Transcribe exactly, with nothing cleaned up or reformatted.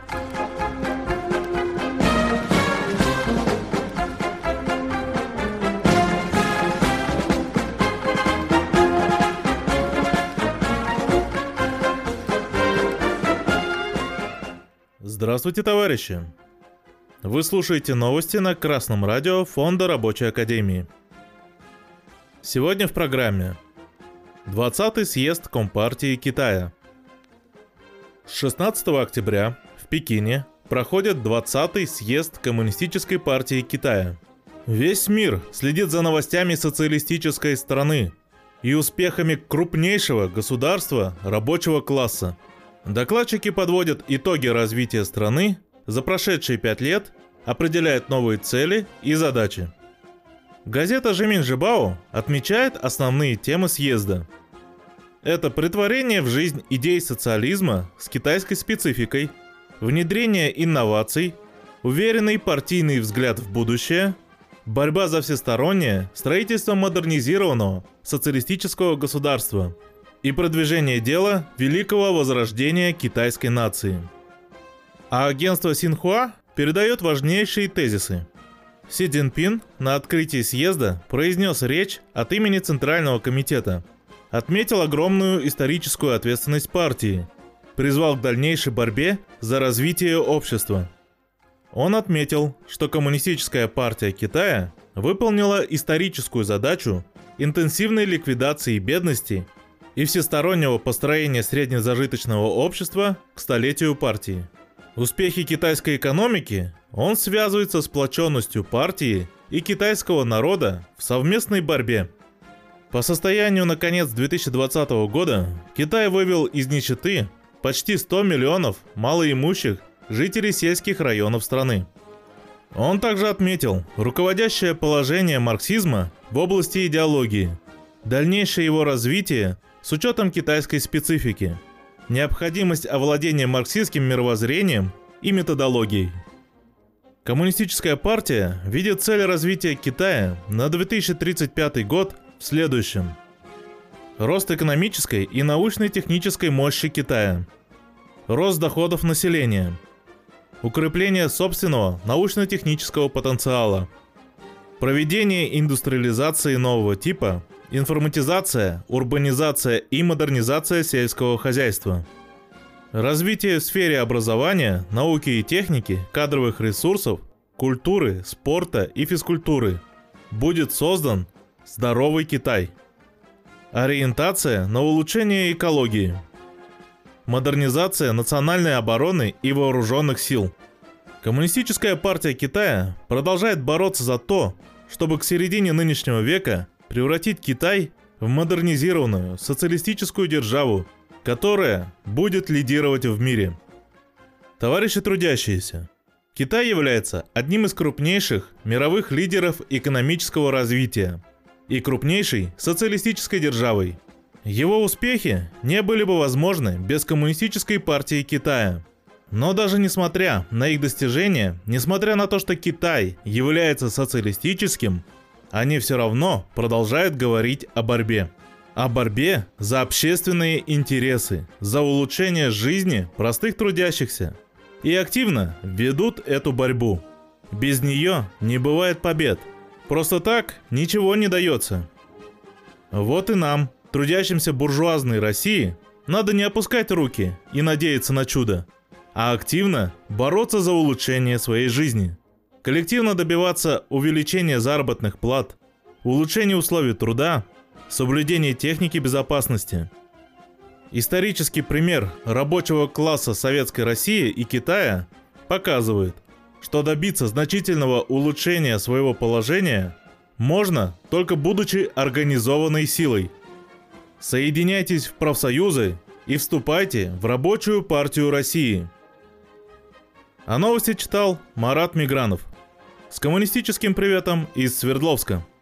Здравствуйте, товарищи! Вы слушаете новости на Красном радио Фонда Рабочей Академии. Сегодня в программе двадцатый съезд Компартии Китая. С шестнадцатого октября в Пекине проходит двадцатый съезд Коммунистической партии Китая. Весь мир следит за новостями социалистической страны и успехами крупнейшего государства рабочего класса. Докладчики подводят итоги развития страны за прошедшие пять лет, определяют новые цели и задачи. Газета «Жимин Жибао» отмечает основные темы съезда. Это претворение в жизнь идей социализма с китайской спецификой, внедрение инноваций, уверенный партийный взгляд в будущее, борьба за всестороннее строительство модернизированного социалистического государства и продвижение дела великого возрождения китайской нации. А агентство Синьхуа передает важнейшие тезисы. Си Цзиньпин на открытии съезда произнес речь от имени Центрального комитета, отметил огромную историческую ответственность партии, призвал к дальнейшей борьбе за развитие общества. Он отметил, что Коммунистическая партия Китая выполнила историческую задачу интенсивной ликвидации бедности и всестороннего построения среднезажиточного общества к столетию партии. Успехи китайской экономики он связывает со сплоченностью партии и китайского народа в совместной борьбе. По состоянию на конец две тысячи двадцатого года Китай вывел из нищеты почти сто миллионов малоимущих жителей сельских районов страны. Он также отметил руководящее положение марксизма в области идеологии, дальнейшее его развитие с учетом китайской специфики, необходимость овладения марксистским мировоззрением и методологией. Коммунистическая партия видит цель развития Китая на две тысячи тридцать пятый год в следующем. Рост экономической и научно-технической мощи Китая. Рост доходов населения. Укрепление собственного научно-технического потенциала. Проведение индустриализации нового типа. Информатизация, урбанизация и модернизация сельского хозяйства. Развитие в сфере образования, науки и техники, кадровых ресурсов, культуры, спорта и физкультуры. Будет создан здоровый Китай. Ориентация на улучшение экологии. Модернизация национальной обороны и вооруженных сил. Коммунистическая партия Китая продолжает бороться за то, чтобы к середине нынешнего века превратить Китай в модернизированную социалистическую державу, которая будет лидировать в мире. Товарищи трудящиеся, Китай является одним из крупнейших мировых лидеров экономического развития и крупнейшей социалистической державой. Его успехи не были бы возможны без Коммунистической партии Китая. Но даже несмотря на их достижения, несмотря на то, что Китай является социалистическим, они все равно продолжают говорить о борьбе. О борьбе за общественные интересы, за улучшение жизни простых трудящихся. И активно ведут эту борьбу. Без нее не бывает побед. Просто так ничего не дается. Вот и нам, трудящимся буржуазной России, надо не опускать руки и надеяться на чудо, а активно бороться за улучшение своей жизни. Коллективно добиваться увеличения заработных плат, улучшения условий труда, соблюдения техники безопасности. Исторический пример рабочего класса Советской России и Китая показывает, что добиться значительного улучшения своего положения можно, только будучи организованной силой. Соединяйтесь в профсоюзы и вступайте в Рабочую партию России. А новости читал Марат Мигранов. С коммунистическим приветом из Свердловска.